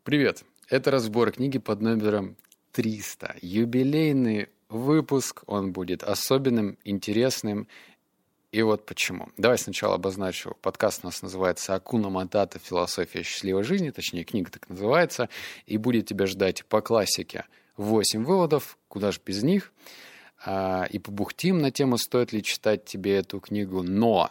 Привет! Это разбор книги под номером 300. Юбилейный выпуск, он будет особенным, интересным. И вот почему. Давай сначала обозначу. Подкаст у нас называется «Акуна Матата. Философия счастливой жизни». Точнее, книга так называется. И будет тебя ждать по классике 8 выводов. Куда же без них? И побухтим на тему, стоит ли читать тебе эту книгу. Но.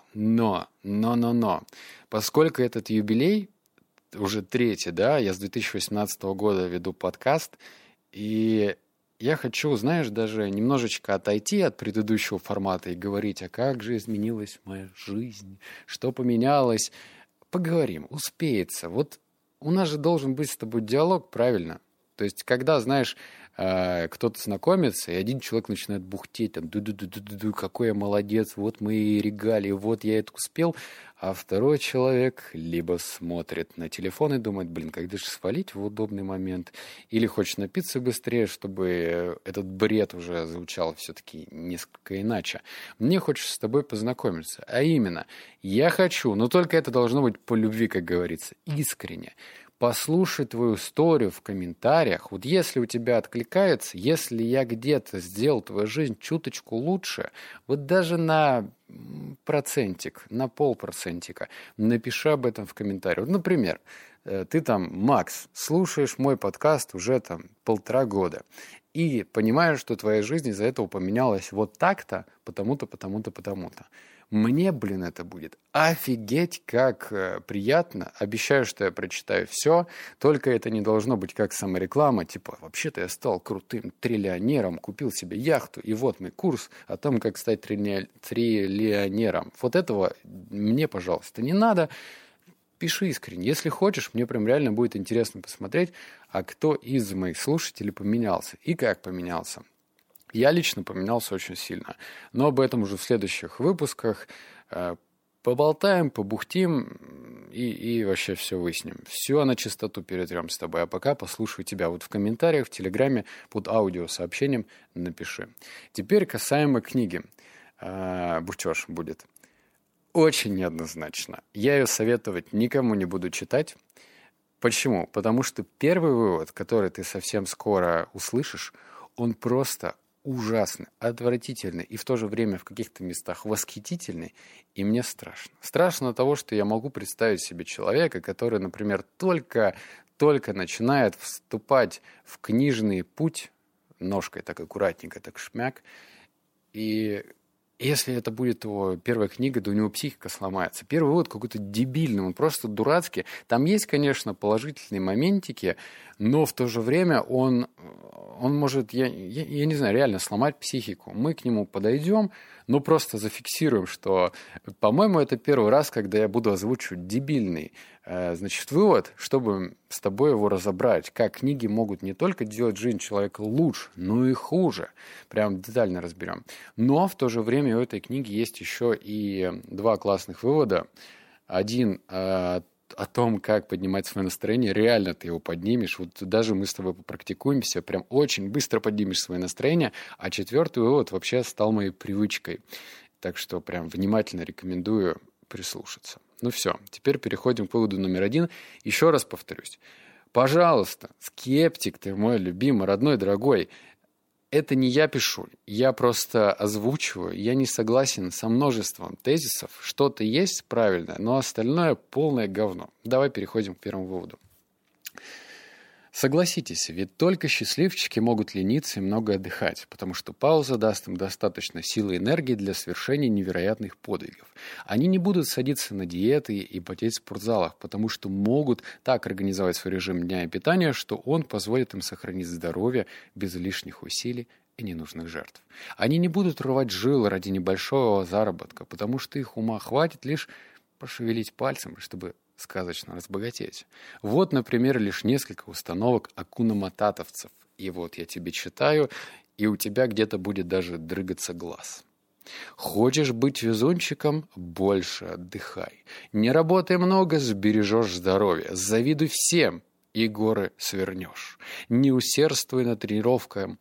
Поскольку этот юбилей уже третий, да, я с 2018 года веду подкаст, и я хочу, знаешь, даже немножечко отойти от предыдущего формата и говорить, а как же изменилась моя жизнь, что поменялось. Поговорим, успеется. Вот у нас же должен быть с тобой диалог, правильно? То есть, когда, знаешь, кто-то знакомится, и один человек начинает бухтеть, там, ду-ду-ду-ду-ду, какой я молодец, вот мои регалии, вот я это успел, а второй человек либо смотрит на телефон и думает, блин, когда же свалить в удобный момент, или хочет напиться быстрее, чтобы этот бред уже звучал все-таки несколько иначе. Мне хочется с тобой познакомиться, а именно, я хочу, но только это должно быть по любви, как говорится, искренне, послушай твою историю в комментариях. Вот если у тебя откликается, если я где-то сделал твою жизнь чуточку лучше, вот даже на процентик, на полпроцентика, напиши об этом в комментариях. Вот, например, ты там, Макс, слушаешь мой подкаст уже там 1,5 года и понимаешь, что твоя жизнь из-за этого поменялась вот так-то, потому-то, потому-то, потому-то. Мне, блин, это будет офигеть как приятно. Обещаю, что я прочитаю все. Только это не должно быть как самореклама. Типа, вообще-то я стал крутым триллионером, купил себе яхту, и вот мой курс о том, как стать триллионером. Вот этого мне, пожалуйста, не надо. Пиши искренне. Если хочешь, мне прям реально будет интересно посмотреть, а кто из моих слушателей поменялся и как поменялся. Я лично поменялся очень сильно, но об этом уже в следующих выпусках. Поболтаем, побухтим и вообще все выясним. Все на чистоту перетрем с тобой. А пока послушаю тебя. Вот в комментариях, в Телеграме под аудиосообщением напиши. Теперь касаемо книги. Бучёж будет. Очень неоднозначно. Я ее советовать никому не буду читать. Почему? Потому что первый вывод, который ты совсем скоро услышишь, он просто ужасный, отвратительный и в то же время в каких-то местах восхитительный, и мне страшно. Страшно того, что я могу представить себе человека, который, например, только начинает вступать в книжный путь, ножкой так аккуратненько, так шмяк, и если это будет его первая книга, то у него психика сломается. Первый вывод какой-то дебильный, он просто дурацкий. Там есть, конечно, положительные моментики, но в то же время он может, я не знаю, реально сломать психику. Мы к нему подойдем, но просто зафиксируем, что, по-моему, это первый раз, когда я буду озвучивать дебильный, значит, вывод, чтобы с тобой его разобрать, как книги могут не только делать жизнь человека лучше, но и хуже. Прям детально разберем. Но в то же время у этой книги есть еще и 2 классных вывода. Один о том, как поднимать свое настроение, реально ты его поднимешь. Вот даже мы с тобой попрактикуемся, прям очень быстро поднимешь свое настроение. А 4-й вывод вообще стал моей привычкой. Так что прям внимательно рекомендую прислушаться. Ну все, теперь переходим к выводу номер 1. Еще раз повторюсь. Пожалуйста, скептик ты мой любимый, родной, дорогой, это не я пишу, я просто озвучиваю, я не согласен со множеством тезисов, что-то есть правильное, но остальное полное говно. Давай переходим к первому выводу. Согласитесь, ведь только счастливчики могут лениться и много отдыхать, потому что пауза даст им достаточно силы и энергии для совершения невероятных подвигов. Они не будут садиться на диеты и потеть в спортзалах, потому что могут так организовать свой режим дня и питания, что он позволит им сохранить здоровье без лишних усилий и ненужных жертв. Они не будут рвать жилы ради небольшого заработка, потому что их ума хватит лишь пошевелить пальцем, чтобы сказочно разбогатеть. Вот, например, лишь несколько установок акуна-мататовцев. И вот я тебе читаю, и у тебя где-то будет даже дрыгаться глаз. Хочешь быть везунчиком? Больше отдыхай. Не работай много, сбережешь здоровье. Завидуй всем, и горы свернешь. Не усердствуй на тренировках,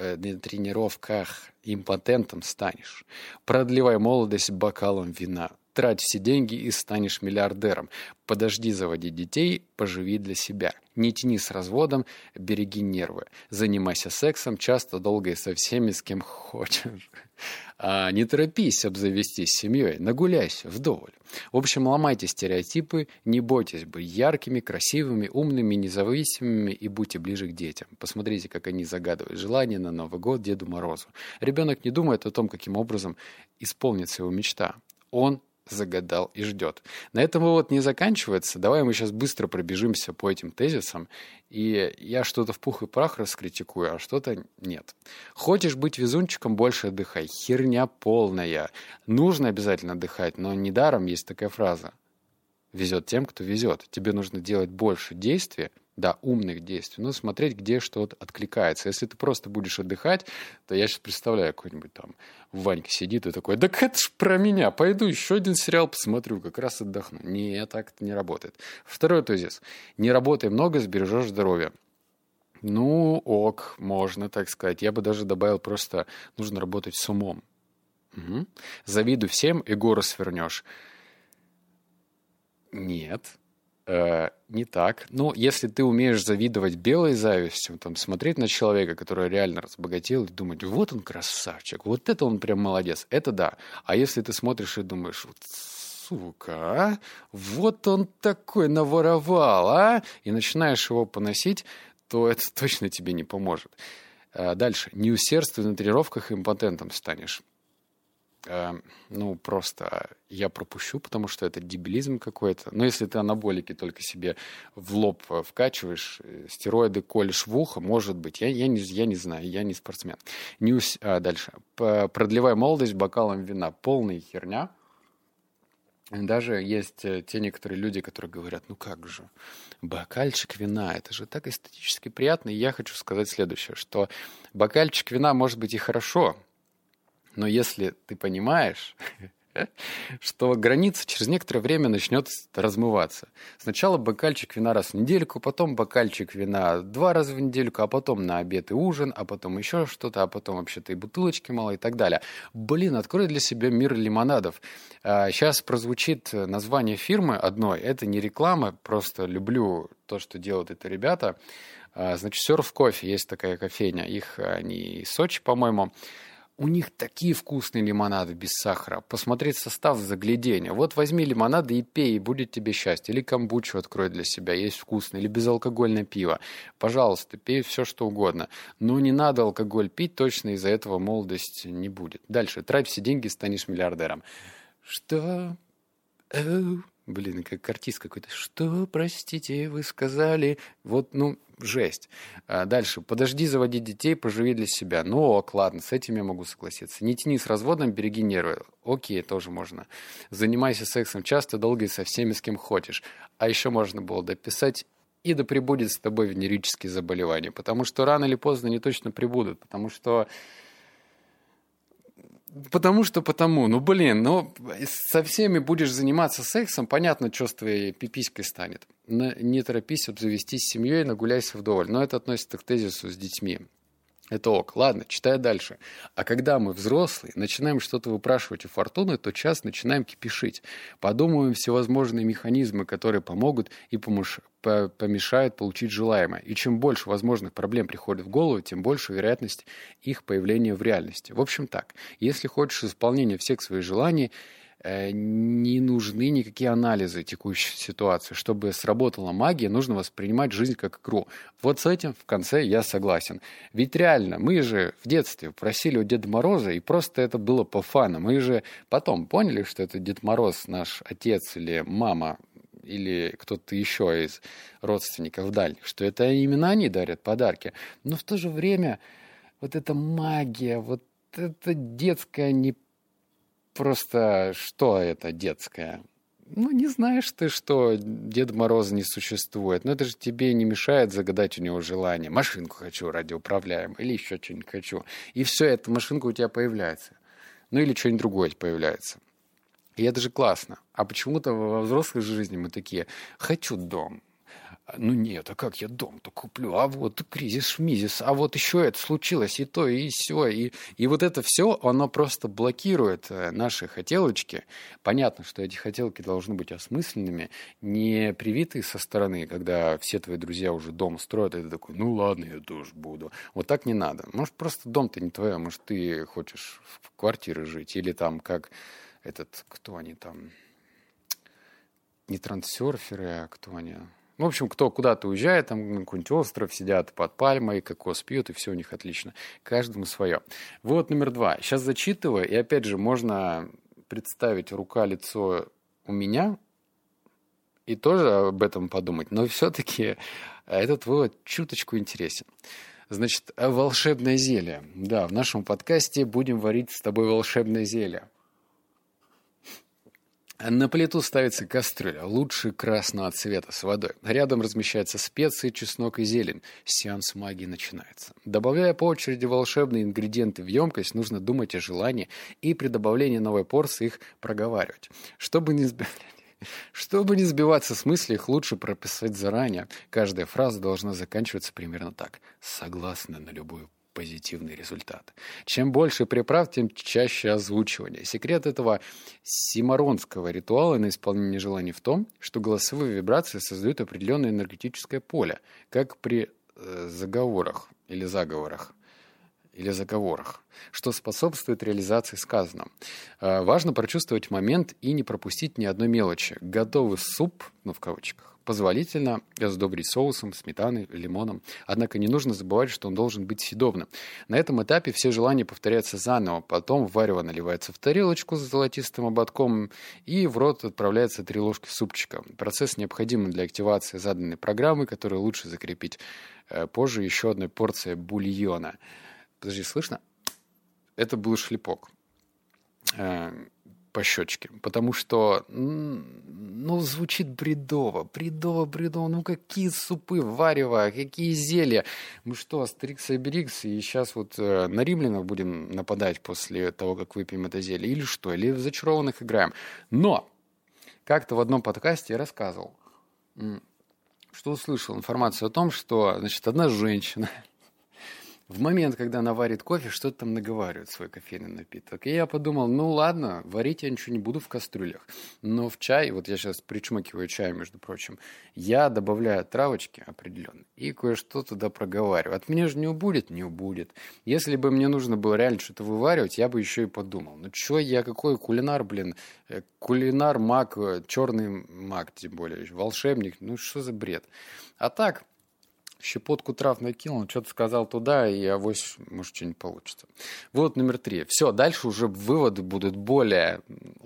импотентом станешь. Продлевай молодость бокалом вина. Трать все деньги и станешь миллиардером. Подожди заводить детей, поживи для себя. Не тяни с разводом, береги нервы. Занимайся сексом часто, долго и со всеми, с кем хочешь. Не торопись обзавестись семьей, нагуляйся вдоволь. В общем, ломайте стереотипы, не бойтесь быть яркими, красивыми, умными, независимыми и будьте ближе к детям. Посмотрите, как они загадывают желания на Новый год Деду Морозу. Ребенок не думает о том, каким образом исполнится его мечта. Он загадал и ждет. На этом вывод не заканчивается. Давай мы сейчас быстро пробежимся по этим тезисам. И я что-то в пух и прах раскритикую, а что-то нет. Хочешь быть везунчиком, больше отдыхай. Херня полная. Нужно обязательно отдыхать, но недаром есть такая фраза. Везет тем, кто везет. Тебе нужно делать больше действий, да, умных действий, но смотреть, где что-то откликается. Если ты просто будешь отдыхать, то я сейчас представляю, какой-нибудь там Ванька сидит и такой, да это ж про меня, пойду еще один сериал посмотрю, как раз отдохну. Нет, так это не работает. Второй тезис. Не работай много, сбережешь здоровье. Ну, ок, можно так сказать. Я бы даже добавил просто, нужно работать с умом. Угу. Завидуй всем, и горы свернешь. Нет. Не так. Но если ты умеешь завидовать белой завистью, там, смотреть на человека, который реально разбогател, и думать, вот он красавчик, вот это он прям молодец, это да. А если ты смотришь и думаешь, вот, сука, вот он такой наворовал, а? И начинаешь его поносить, то это точно тебе не поможет. Дальше. Не усердствуй на тренировках, импотентом станешь. Ну, просто я пропущу, потому что это дебилизм какой-то. Но если ты анаболики только себе в лоб вкачиваешь, стероиды колешь в ухо, может быть. Я не знаю, я не спортсмен. Дальше. Продлевай молодость бокалом вина. Полная херня. Даже есть те некоторые люди, которые говорят, ну как же, бокальчик вина, это же так эстетически приятно. И я хочу сказать следующее, что бокальчик вина может быть и хорошо, но если ты понимаешь, что граница через некоторое время начнет размываться. Сначала бокальчик вина раз в недельку, потом бокальчик вина 2 раза в недельку, а потом на обед и ужин, а потом еще что-то, а потом вообще-то и бутылочки мало и так далее. Блин, открой для себя мир лимонадов. Сейчас прозвучит название фирмы одной. Это не реклама, просто люблю то, что делают это ребята. Значит, Surf Coffee, есть такая кофейня. Они из Сочи, по-моему. У них такие вкусные лимонады без сахара. Посмотреть состав, загляденье. Вот возьми лимонады и пей, и будет тебе счастье. Или камбучу открой для себя, есть вкусное. Или безалкогольное пиво. Пожалуйста, пей все, что угодно. Но не надо алкоголь пить, точно из-за этого молодость не будет. Дальше. Трать все деньги, станешь миллиардером. Что? Блин, как артист какой-то. Что, простите, вы сказали? Вот, жесть. Дальше. Подожди заводить детей, поживи для себя. Ну, ок, ладно, с этим я могу согласиться. Не тяни с разводом, береги нервы. Окей, тоже можно. Занимайся сексом часто, долго и со всеми, с кем хочешь. А еще можно было дописать и да пребудет с тобой венерические заболевания. Потому что рано или поздно они точно прибудут. Потому. Со всеми будешь заниматься сексом, понятно, что с твоей пиписькой станет. Не торопись обзавестись семьей, нагуляйся вдоволь. Но это относится к тезису с детьми. Это ок. Ладно, читай дальше. А когда мы взрослые, начинаем что-то выпрашивать у фортуны, то часто начинаем кипишить. Подумаем всевозможные механизмы, которые помогут и помешают получить желаемое. И чем больше возможных проблем приходит в голову, тем больше вероятность их появления в реальности. В общем так, если хочешь исполнения всех своих желаний, не нужны никакие анализы текущей ситуации. Чтобы сработала магия, нужно воспринимать жизнь как игру. Вот с этим в конце я согласен. Ведь реально, мы же в детстве просили у Деда Мороза, и просто это было по фану. Мы же потом поняли, что это Дед Мороз, наш отец или мама, или кто-то еще из родственников дальних, что это именно они дарят подарки. Но в то же время вот эта магия, вот это детская Просто что это детское? Не знаешь ты, что Деда Мороза не существует. Но это же тебе не мешает загадать у него желание. Машинку хочу радиоуправляемую или еще что-нибудь хочу. И все, эта машинка у тебя появляется. Или что-нибудь другое появляется. И это же классно. А почему-то во взрослой жизни мы такие: хочу дом, Ну нет, а как я дом-то куплю? А вот кризис-шмизис, а вот еще это случилось, и то, и сё. И вот это все, оно просто блокирует наши хотелочки. Понятно, что эти хотелки должны быть осмысленными, не привитые со стороны, когда все твои друзья уже дом строят, и ты такой, ну ладно, я тоже буду. Вот так не надо. Может, просто дом-то не твой, может, ты хочешь в квартире жить, или там как кто они там, не трансерферы, а кто они... В общем, кто куда-то уезжает, там на какой-нибудь остров, сидят под пальмой, кокос пьют, и все у них отлично. Каждому свое. Вот номер 2. Сейчас зачитываю, и опять же, можно представить рука-лицо у меня и тоже об этом подумать. Но все-таки этот вывод чуточку интересен. Значит, волшебное зелье. Да, в нашем подкасте будем варить с тобой волшебное зелье. На плиту ставится кастрюля, лучше красного цвета, с водой. Рядом размещаются специи, чеснок и зелень. Сеанс магии начинается. Добавляя по очереди волшебные ингредиенты в емкость, нужно думать о желании и при добавлении новой порции их проговаривать. Чтобы не сбиваться с мысли, их лучше прописать заранее. Каждая фраза должна заканчиваться примерно так. Согласна на любую позитивный результат. Чем больше приправ, тем чаще озвучивание. Секрет этого симаронского ритуала на исполнение желаний в том, что голосовые вибрации создают определенное энергетическое поле, как при заговорах, что способствует реализации сказанного. Важно прочувствовать момент и не пропустить ни одной мелочи. Готовый суп, в кавычках, позволительно сдобрить соусом, сметаной, лимоном. Однако не нужно забывать, что он должен быть съедобным. На этом этапе все желания повторяются заново. Потом варево наливается в тарелочку с золотистым ободком и в рот отправляется 3 ложки супчика. Процесс необходим для активации заданной программы, которую лучше закрепить позже еще одной порцией бульона. Подожди, слышно? Это был шлепок по щечке, потому что, звучит бредово. Ну, какие супы, варево, какие зелья. Мы что, Астерикс и Обеликс, и сейчас вот на римлянов будем нападать после того, как выпьем это зелье, или что, или в зачарованных играем. Но как-то в одном подкасте я рассказывал, что услышал информацию о том, что, одна женщина в момент, когда она варит кофе, что-то там наговаривает в свой кофейный напиток. И я подумал, ладно, варить я ничего не буду в кастрюлях. Но в чай, вот я сейчас причмокиваю чай, между прочим, я добавляю травочки определенные и кое-что туда проговариваю. От меня же не убудет? Не убудет. Если бы мне нужно было реально что-то вываривать, я бы еще и подумал. Какой кулинар, кулинар, маг, черный маг, тем более, волшебник, что за бред? А так... Щепотку трав накинул, что-то сказал туда, и авось, может, что-нибудь получится. Вывод номер 3. Все, дальше уже выводы будут более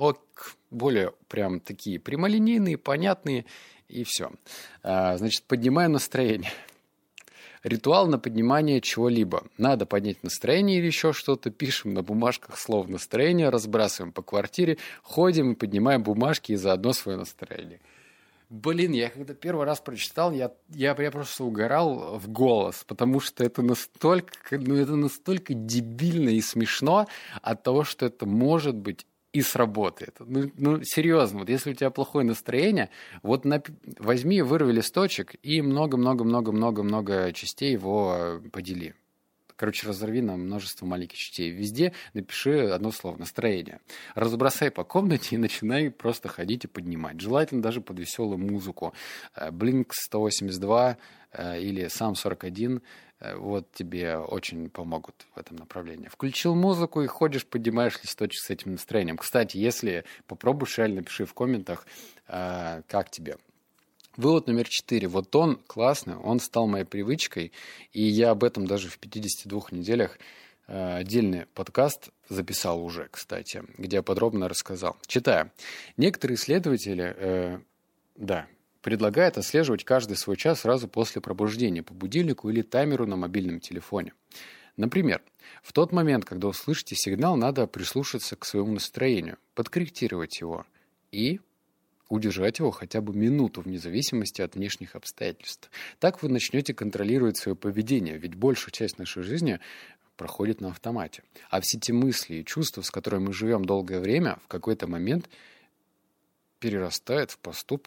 прям такие прямолинейные, понятные, и все. Поднимаем настроение. Ритуал на поднимание чего-либо. Надо поднять настроение или еще что-то. Пишем на бумажках слово настроение, разбрасываем по квартире, ходим и поднимаем бумажки и заодно свое настроение. Я когда первый раз прочитал, я просто угорал в голос, потому что это настолько дебильно и смешно от того, что это может быть и сработает. Серьезно, вот если у тебя плохое настроение, возьми, вырви листочек и много-много-много-много-много частей его подели. Разорви на множество маленьких частей. Везде напиши одно слово – настроение. Разбросай по комнате и начинай просто ходить и поднимать. Желательно даже под веселую музыку. Blink-182 или Sam-41 тебе очень помогут в этом направлении. Включил музыку и ходишь, поднимаешь листочек с этим настроением. Кстати, если попробуешь, реально напиши в комментах, как тебе. Вывод номер 4. Вот он классный, он стал моей привычкой, и я об этом даже в 52 неделях отдельный подкаст записал уже, кстати, где я подробно рассказал. Читаю. Некоторые исследователи предлагают отслеживать каждый свой час сразу после пробуждения по будильнику или таймеру на мобильном телефоне. Например, в тот момент, когда услышите сигнал, надо прислушаться к своему настроению, подкорректировать его и удержать его хотя бы минуту вне зависимости от внешних обстоятельств. Так вы начнете контролировать свое поведение, ведь большая часть нашей жизни проходит на автомате. А все те мысли и чувства, с которыми мы живем долгое время, в какой-то момент перерастают в поступки,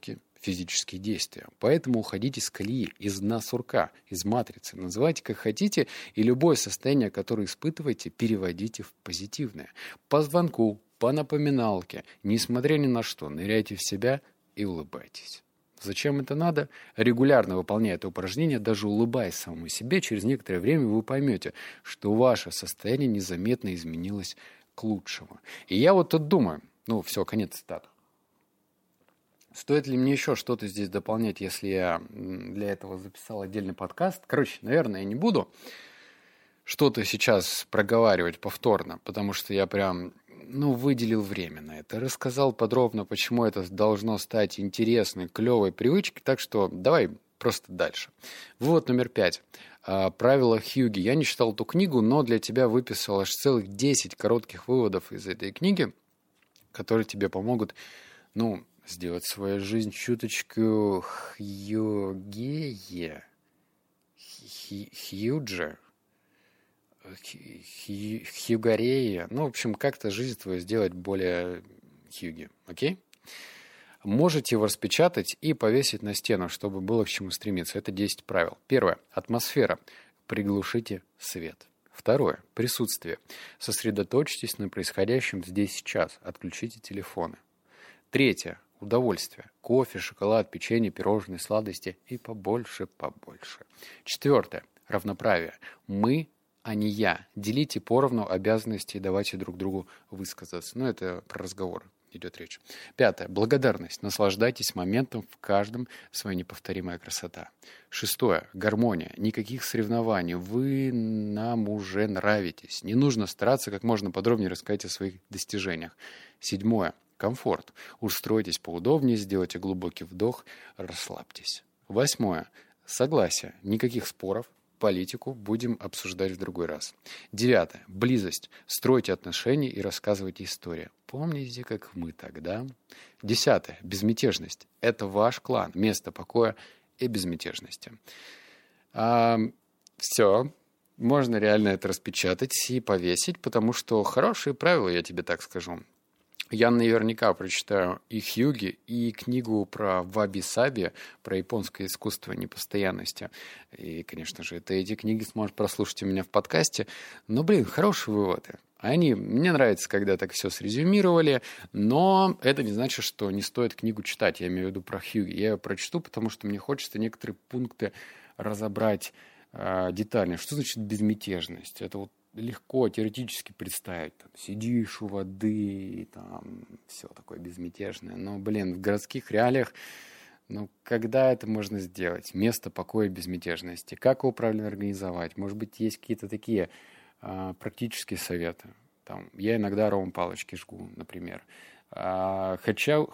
физические действия. Поэтому уходите с колеи, из дна сурка, из матрицы. Называйте как хотите, и любое состояние, которое испытываете, переводите в позитивное. По звонку, по напоминалке, несмотря ни на что, ныряйте в себя и улыбайтесь. Зачем это надо? Регулярно выполняя это упражнение, даже улыбаясь самому себе, через некоторое время вы поймете, что ваше состояние незаметно изменилось к лучшему. И я вот тут думаю, все, конец цитаты. Стоит ли мне еще что-то здесь дополнять, если я для этого записал отдельный подкаст? Короче, наверное, я не буду что-то сейчас проговаривать повторно, потому что я прям, выделил время на это. Рассказал подробно, почему это должно стать интересной, клевой привычкой. Так что давай просто дальше. Вывод номер 5. Правила Хьюги. Я не читал эту книгу, но для тебя выписал аж целых 10 коротких выводов из этой книги, которые тебе помогут, сделать свою жизнь чуточку хьюгее. Хьюгарее. В общем, как-то жизнь твою сделать более хьюги. Окей? Можете его распечатать и повесить на стену, чтобы было к чему стремиться. Это 10 правил. Первое. Атмосфера. Приглушите свет. Второе. Присутствие. Сосредоточьтесь на происходящем здесь сейчас. Отключите телефоны. Третье. Удовольствие. Кофе, шоколад, печенье, пирожные, сладости и побольше. Четвертое. Равноправие. Мы, а не я. Делите поровну обязанности и давайте друг другу высказаться. Это про разговор идет речь. Пятое. Благодарность. Наслаждайтесь моментом, в каждом своя неповторимая красота. Шестое. Гармония. Никаких соревнований. Вы нам уже нравитесь. Не нужно стараться как можно подробнее рассказать о своих достижениях. Седьмое. Комфорт. Устройтесь поудобнее, сделайте глубокий вдох, расслабьтесь. Восьмое. Согласие. Никаких споров. Политику будем обсуждать в другой раз. Девятое. Близость. Стройте отношения и рассказывайте истории. Помните, как мы тогда? Десятое. Безмятежность. Это ваш клан. Место покоя и безмятежности. Все. Можно реально это распечатать и повесить, потому что хорошие правила, я тебе так скажу. Я наверняка прочитаю и Хьюги, и книгу про ваби-саби, про японское искусство непостоянности. И, конечно же, эти книги сможешь прослушать у меня в подкасте. Но, хорошие выводы. Мне нравится, когда так все срезюмировали, но это не значит, что не стоит книгу читать. Я имею в виду про Хьюги. Я ее прочту, потому что мне хочется некоторые пункты разобрать детально. Что значит безмятежность? Это легко теоретически представить. Сидишь у воды, все такое безмятежное. Но, в городских реалиях, когда это можно сделать? Место покоя и безмятежности. Как его правильно организовать? Может быть, есть какие-то такие практические советы. Я иногда палочки жгу, например. Хочу.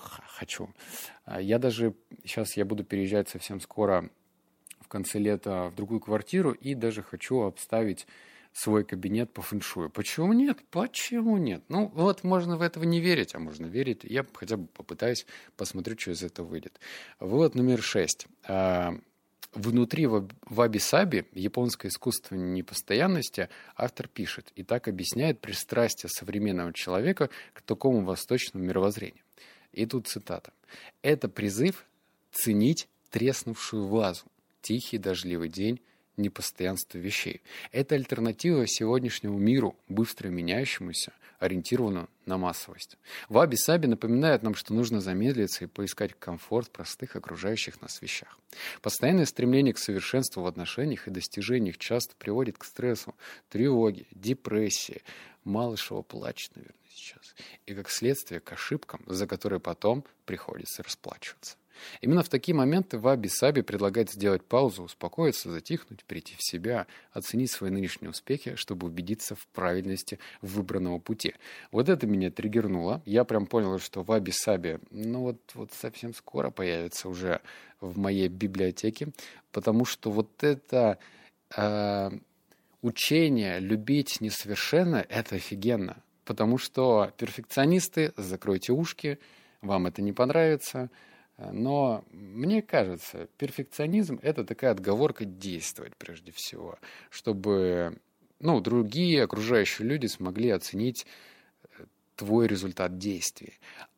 Сейчас я буду переезжать совсем скоро, в конце лета, в другую квартиру, и даже хочу обставить свой кабинет по фэншую. Почему нет? Можно в этого не верить, а можно верить. Я хотя бы попытаюсь, посмотрю, что из этого выйдет. Вывод номер 6. Внутри ваби-саби, японское искусство непостоянности, автор пишет и так объясняет пристрастие современного человека к такому восточному мировоззрению. И тут цитата. «Это призыв ценить треснувшую вазу, тихий дождливый день, непостоянство вещей. Это альтернатива сегодняшнему миру, быстро меняющемуся, ориентированную на массовость. Ваби-саби напоминает нам, что нужно замедлиться и поискать комфорт в простых окружающих нас вещах. Постоянное стремление к совершенству в отношениях и достижениях часто приводит к стрессу, тревоге, депрессии. Малышева плачет, наверное, сейчас. И как следствие к ошибкам, за которые потом приходится расплачиваться. Именно в такие моменты ваби-саби предлагает сделать паузу, успокоиться, затихнуть, прийти в себя, оценить свои нынешние успехи, чтобы убедиться в правильности выбранного пути. Вот это меня триггернуло. Я прям понял, что ваби-саби, совсем скоро появится уже в моей библиотеке, потому что это учение любить несовершенно, это офигенно. Потому что перфекционисты, закройте ушки, вам это не понравится. Но мне кажется, перфекционизм – это такая отговорка действовать прежде всего, чтобы другие окружающие люди смогли оценить твой результат действий.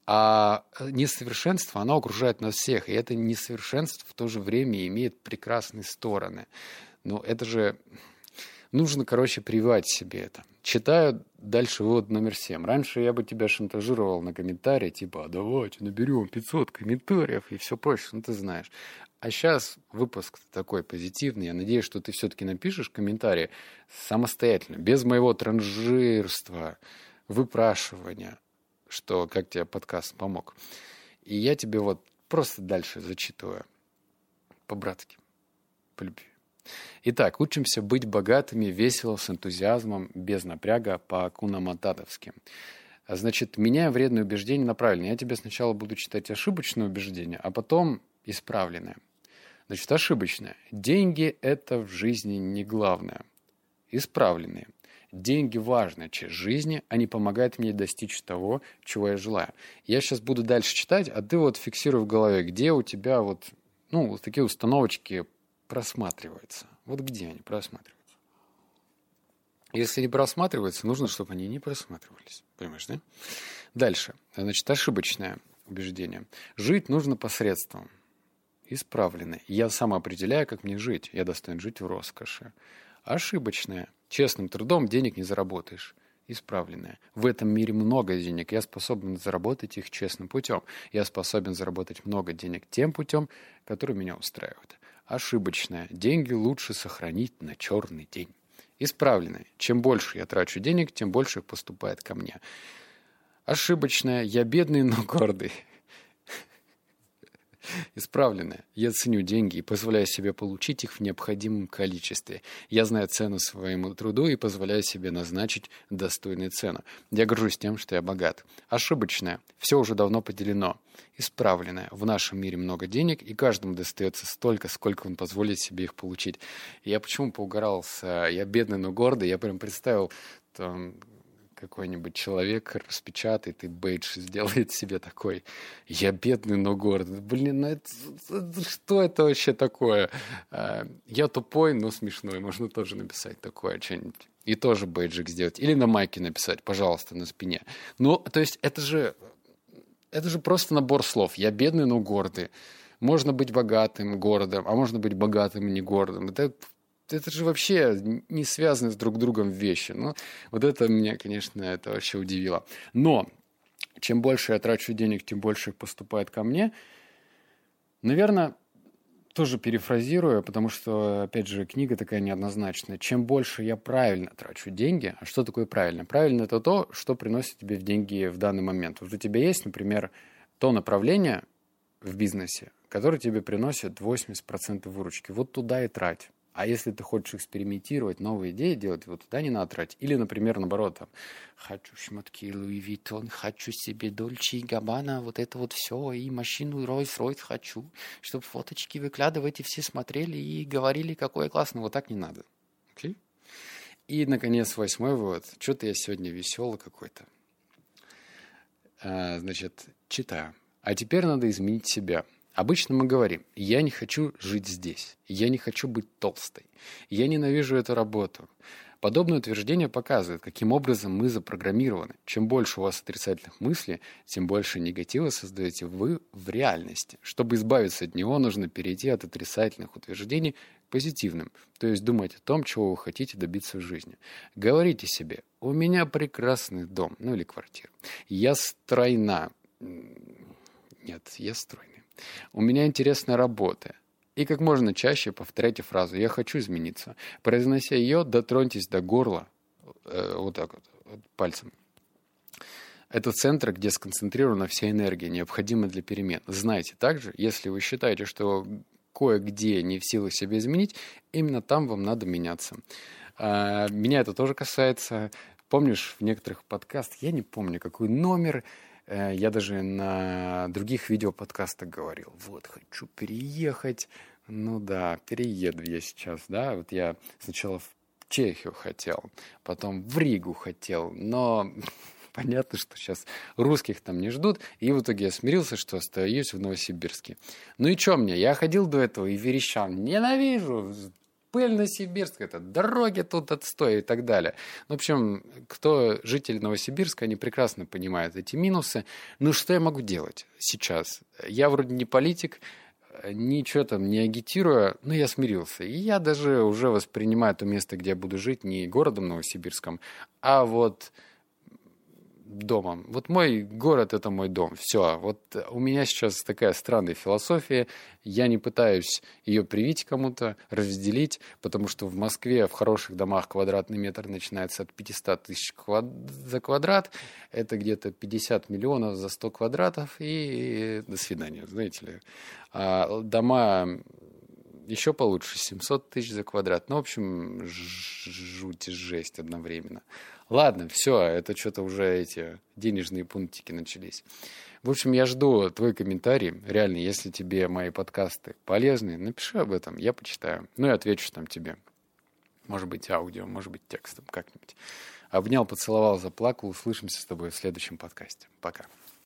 А несовершенство, оно окружает нас всех, и это несовершенство в то же время имеет прекрасные стороны. Но это же... Нужно, прививать себе это. Читаю дальше вывод номер 7. Раньше я бы тебя шантажировал на комментарии, типа, а давайте наберем 500 комментариев и все прочее, ну ты знаешь. А сейчас выпуск такой позитивный. Я надеюсь, что ты все-таки напишешь комментарии самостоятельно, без моего транжирства, выпрашивания, что как тебе подкаст помог. И я тебе вот просто дальше зачитываю по-братски, по любви. Итак, учимся быть богатыми, весело, с энтузиазмом, без напряга, по-акуна-мататовски. Значит, меняя вредные убеждения на правильные. Я тебе сначала буду читать ошибочное убеждение, а потом исправленное. Значит, ошибочное. Деньги – это в жизни не главное. Исправленные. Деньги – важная часть жизни, они помогают мне достичь того, чего я желаю. Я сейчас буду дальше читать, а ты вот фиксируй в голове, где у тебя вот такие установочки просматриваются. Вот где они просматриваются. Если не просматриваются, нужно, чтобы они не просматривались. Понимаешь, да? Дальше. Значит, ошибочное убеждение. Жить нужно посредством. Исправленное. Я сам определяю, как мне жить. Я достоин жить в роскоши. Ошибочное. Честным трудом денег не заработаешь. Исправленное. В этом мире много денег. Я способен заработать их честным путем. Я способен заработать много денег тем путем, который меня устраивает. Ошибочное. Деньги лучше сохранить на черный день. Исправленное. Чем больше я трачу денег, тем больше их поступает ко мне. Ошибочное. Я бедный, но гордый. Исправленное. Я ценю деньги и позволяю себе получить их в необходимом количестве. Я знаю цену своему труду и позволяю себе назначить достойную цену. Я горжусь тем, что я богат. Ошибочное. Все уже давно поделено. Исправленное. В нашем мире много денег, и каждому достается столько, сколько он позволит себе их получить. Я почему поугарал «я бедный, но гордый», я прям представил там... какой-нибудь человек распечатает и бейдж сделает себе такой «я бедный, но гордый». Блин, что это вообще такое? «Я тупой, но смешной». Можно тоже написать такое что-нибудь. И тоже бейджик сделать. Или на майке написать, пожалуйста, на спине. Ну, то есть это же просто набор слов. «Я бедный, но гордый». Можно быть богатым, гордым, а можно быть богатым и не гордым. Это же вообще не связаны с друг другом вещи. Ну, вот это меня, конечно, это вообще удивило. Но чем больше я трачу денег, тем больше их поступает ко мне. Наверное, тоже перефразирую, потому что, опять же, книга такая неоднозначная. Чем больше я правильно трачу деньги, а что такое правильно? Правильно – это то, что приносит тебе в деньги в данный момент. Вот у тебя есть, например, то направление в бизнесе, которое тебе приносит 80% выручки. Вот туда и трать. А если ты хочешь экспериментировать, новые идеи делать, вот туда не надо тратить. Или, например, наоборот, там, хочу шмотки Луи Виттон, хочу себе Дольче и Габбана, вот это вот все, и машину Ройс-Ройс хочу, чтобы фоточки выкладывать, и все смотрели и говорили, какое классное. Вот так не надо. Окей? И, наконец, 8-й вывод. Что-то я сегодня веселый какой-то. Значит, читаю. А теперь надо изменить себя. Обычно мы говорим, я не хочу жить здесь, я не хочу быть толстой, я ненавижу эту работу. Подобное утверждение показывает, каким образом мы запрограммированы. Чем больше у вас отрицательных мыслей, тем больше негатива создаете вы в реальности. Чтобы избавиться от него, нужно перейти от отрицательных утверждений к позитивным, то есть думать о том, чего вы хотите добиться в жизни. Говорите себе, у меня прекрасный дом, или квартира, я стройна. Нет, я стройный. У меня интересная работа. И как можно чаще повторяйте фразу «я хочу измениться». Произнося ее, дотроньтесь до горла, вот так вот, пальцем. Это центр, где сконцентрирована вся энергия, необходимая для перемен. Знайте также, если вы считаете, что кое-где не в силах себя изменить, именно там вам надо меняться. Меня это тоже касается. Помнишь, в некоторых подкастах, я не помню, какой номер... Я даже на других видеоподкастах говорил, вот, хочу переехать. Ну да, перееду я сейчас, да. Вот я сначала в Чехию хотел, потом в Ригу хотел, но понятно, что сейчас русских там не ждут. И в итоге я смирился, что остаюсь в Новосибирске. Ну и что мне? Я ходил до этого и верещал, ненавижу пыль Новосибирск, это дороги тут отстой и так далее. В общем, кто житель Новосибирска, они прекрасно понимают эти минусы. Ну, что я могу делать сейчас? Я вроде не политик, ничего там не агитирую, но я смирился. И я даже уже воспринимаю то место, где я буду жить, не городом Новосибирском, а вот домом. Вот мой город — это мой дом. Все. Вот у меня сейчас такая странная философия. Я не пытаюсь ее привить кому-то, разделить, потому что в Москве в хороших домах квадратный метр начинается от 500 тысяч за квадрат. Это где-то 50 миллионов за 100 квадратов. И до свидания, знаете ли. А дома еще получше, 700 тысяч за квадрат. Ну, в общем, жуть и жесть одновременно. Ладно, все, это что-то уже эти денежные пунктики начались. В общем, я жду твой комментарий. Реально, если тебе мои подкасты полезны, напиши об этом, я почитаю. Ну и отвечу там тебе. Может быть, аудио, может быть, текстом как-нибудь. Обнял, поцеловал, заплакал. Услышимся с тобой в следующем подкасте. Пока.